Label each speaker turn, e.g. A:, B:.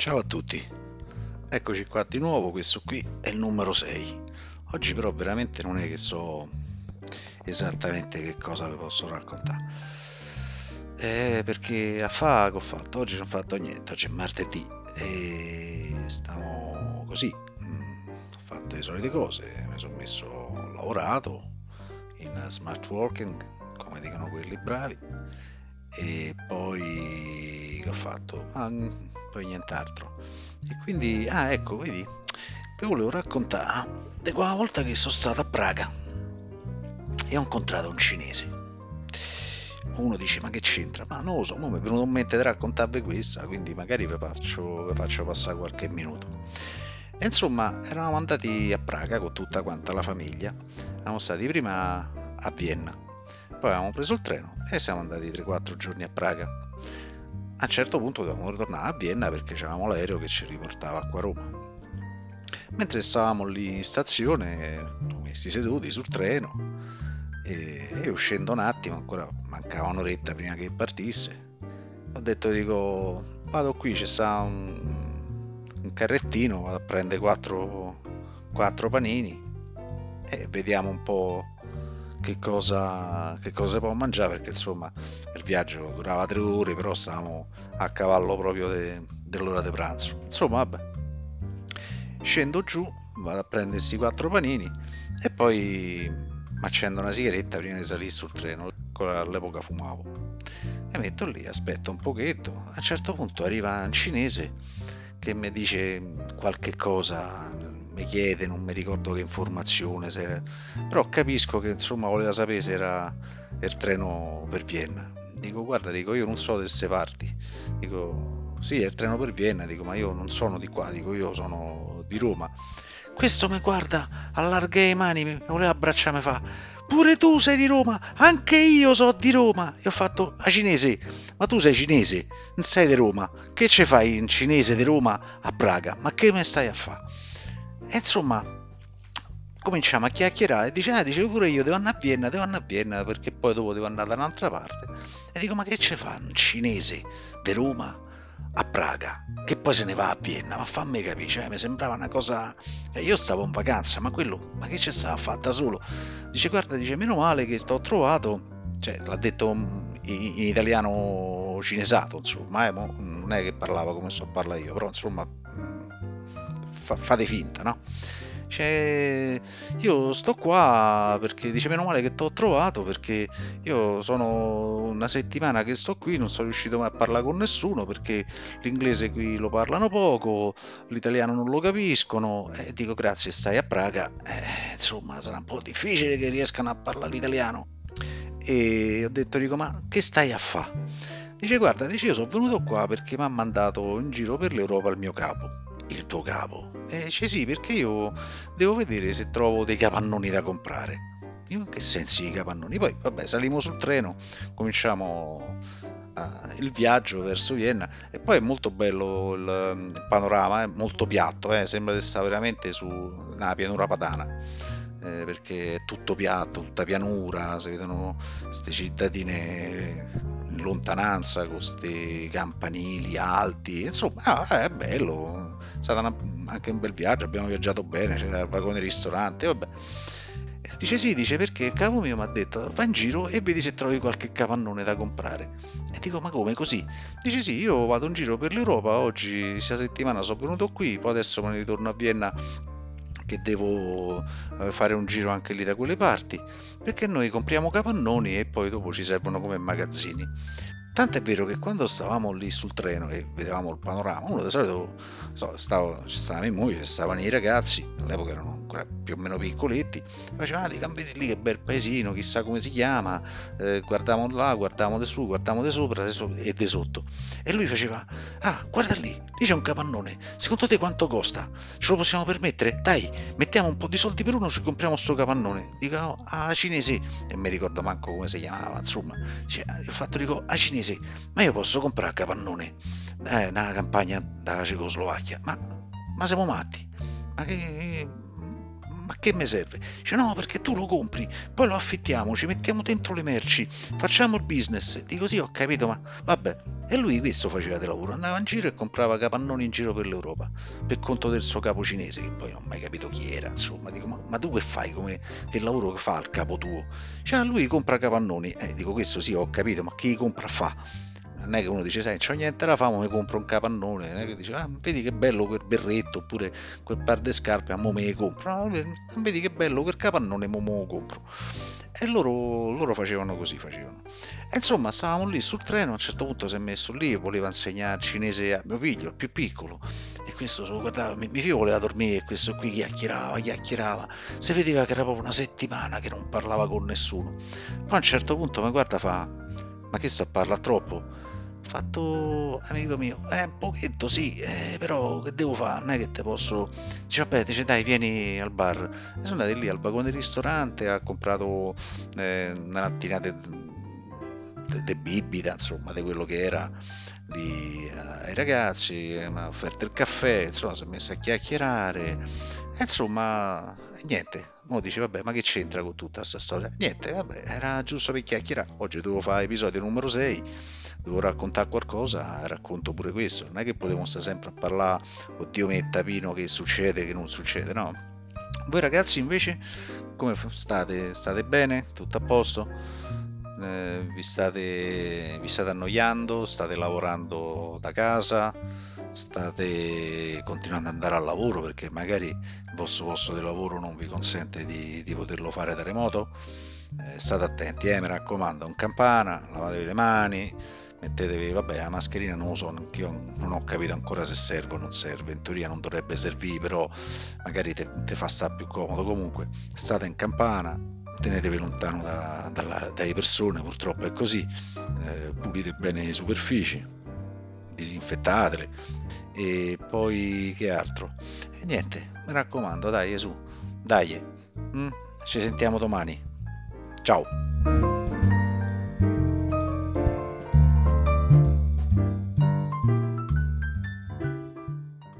A: Ciao a tutti, eccoci qua di nuovo, questo qui è il numero 6. Oggi però veramente non è che so esattamente che cosa vi posso raccontare. Perché a fa che ho fatto? Oggi non ho fatto niente, oggi è martedì e stiamo così. Ho fatto le solite cose, mi sono messo, ho lavorato in smart working, come dicono quelli bravi, e poi che ho fatto? Poi nient'altro. E quindi, ecco, vedi, vi volevo raccontare di quella volta che sono stato a Praga e ho incontrato un cinese. Uno dice, ma che c'entra? Ma non lo so, mo mi è venuto in mente di raccontarvi questa, quindi magari vi faccio passare qualche minuto. E insomma, eravamo andati a Praga con tutta quanta la famiglia. Siamo stati prima a Vienna, poi avevamo preso il treno e siamo andati 3-4 giorni a Praga. A un certo punto dovevamo ritornare a Vienna perché c'avevamo l'aereo che ci riportava qua a Roma. Mentre stavamo lì in stazione, messi seduti sul treno, e uscendo un attimo, ancora mancava un'oretta prima che partisse, ho detto, dico, vado qui, c'è sta un carrettino, vado a prendere quattro panini e vediamo un po' che cosa può mangiare, perché insomma il viaggio durava 3 ore, però stavamo a cavallo proprio dell'ora di pranzo. Insomma, vabbè, scendo giù, vado a prendere questi 4 panini e poi mi accendo una sigaretta prima di salire sul treno. All'epoca fumavo e metto lì, aspetto un pochetto. A un certo punto arriva un cinese che mi dice qualche cosa, mi chiede, non mi ricordo che informazione, però capisco che insomma voleva sapere se era il treno per Vienna. Dico, guarda, dico, io non so di queste parti. Dico, sì, è il treno per Vienna, dico, ma io non sono di qua, dico, io sono di Roma. Questo mi guarda, allarga le mani, mi voleva abbracciare, mi fa, pure tu sei di Roma, anche io sono di Roma. E ho fatto, cinese, ma tu sei cinese, non sei di Roma, che ci fai in cinese di Roma a Praga? Ma che me stai a fare? E insomma, cominciamo a chiacchierare e dice pure io devo andare a Vienna perché poi dopo devo andare da un'altra parte. E dico, ma che ci fa un cinese di Roma a Praga, che poi se ne va a Vienna? Ma fammi capire, cioè, mi sembrava una cosa. Io stavo in vacanza, ma quello, ma che c'è stava fatta solo? Dice, guarda, dice, meno male che t'ho trovato, cioè, l'ha detto in italiano cinesato, insomma, non è che parlava come so parla io, però insomma, fate finta, no? Cioè, io sto qua perché dice meno male che ti ho trovato, perché io sono una settimana che sto qui, non sono riuscito mai a parlare con nessuno perché l'inglese qui lo parlano poco, l'italiano non lo capiscono, e dico grazie, stai a Praga, insomma sarà un po' difficile che riescano a parlare l'italiano. E ho detto, dico, ma che stai a fa? Dice, guarda, dice, io sono venuto qua perché mi ha mandato in giro per l'Europa il mio capo. Il tuo capo? E dice, sì, perché io devo vedere se trovo dei capannoni da comprare. Io in che sensi i capannoni? Poi, vabbè, salimmo sul treno, cominciamo il viaggio verso Vienna e poi è molto bello il panorama, è molto piatto, sembra di stare veramente su una pianura padana, perché è tutto piatto, tutta pianura, si vedono queste cittadine in lontananza con questi campanili alti, insomma, è bello, è stato anche un bel viaggio, abbiamo viaggiato bene, c'era il vagone ristorante, vabbè. Dice sì, dice perché il capo mio mi ha detto va in giro e vedi se trovi qualche capannone da comprare. E dico ma come così? Dice sì, io vado in giro per l'Europa, oggi questa settimana sono venuto qui, poi adesso me ne ritorno a Vienna che devo fare un giro anche lì da quelle parti, perché noi compriamo capannoni e poi dopo ci servono come magazzini. Tanto è vero che quando stavamo lì sul treno e vedevamo il panorama, uno di solito, ci stava mia moglie, ci stavano i ragazzi, all'epoca erano ancora più o meno piccoletti, facevano, ti cambi lì che bel paesino, chissà come si chiama, guardavamo là, guardavamo di su, guardavamo di sopra e di sotto. E lui faceva, guarda lì c'è un capannone, secondo te quanto costa? Ce lo possiamo permettere? Dai, mettiamo un po' di soldi per uno, ci compriamo sto capannone. Dico, cinese, e mi ricordo manco come si chiamava, insomma. Cioè, ho fatto, dico, cinese, ma io posso comprare a capannone nella campagna della Cecoslovacchia? Ma siamo matti? Ma che mi serve? Dice no, perché tu lo compri, poi lo affittiamo, ci mettiamo dentro le merci, facciamo il business. Dico sì, ho capito, ma vabbè. E lui questo faceva di lavoro, andava in giro e comprava capannoni in giro per l'Europa, per conto del suo capo cinese, che poi non ho mai capito chi era, insomma. Dico, ma tu che fai, che lavoro che fa il capo tuo? Cioè, lui compra capannoni, dico questo sì, ho capito, ma chi compra fa? Non è che uno dice, sai, non c'ho niente da fare, ma mi compro un capannone, non è che dice, vedi che bello quel berretto, oppure quel par di scarpe, a mo me le compro, no, vedi che bello quel capannone, mo me lo compro. E loro facevano così, facevano. E insomma, stavamo lì sul treno, a un certo punto si è messo lì e voleva insegnare il cinese a mio figlio, il più piccolo, e questo solo guardava, mio figlio voleva dormire, e questo qui chiacchierava, si vedeva che era proprio una settimana che non parlava con nessuno. Poi a un certo punto mi guarda, fa, ma che sto a parlare troppo? Fatto, amico mio, un pochetto sì, però che devo fare? Non è che te posso. Dice, vabbè, dice, dai, vieni al bar. E sono andati lì al vagone del ristorante, ha comprato una lattina di bibita, insomma, di quello che era lì ai ragazzi, mi ha offerto il caffè, insomma, si è messo a chiacchierare, e insomma, niente. Mo dice, vabbè, ma che c'entra con tutta questa storia? Niente, vabbè, era giusto per chiacchierare. Oggi dovevo fare episodio numero 6, devo raccontare qualcosa, racconto pure questo. Non è che potevo stare sempre a parlare, oddio me, tapino, che succede, che non succede, no? Voi ragazzi invece, come state? State bene? Tutto a posto? Vi state annoiando? State lavorando da casa? State continuando ad andare al lavoro perché magari il vostro posto di lavoro non vi consente di poterlo fare da remoto? State attenti, mi raccomando, un campana, lavatevi le mani, mettetevi, vabbè, la mascherina non lo so, anch'io non ho capito ancora se serve o non serve, in teoria non dovrebbe servire, però magari te fa stare più comodo. Comunque, state in campana, tenetevi lontano dalle persone, purtroppo è così, pulite bene le superfici, disinfettatele, e poi che altro? E niente, mi raccomando, dai, su, dai, ci sentiamo domani, ciao!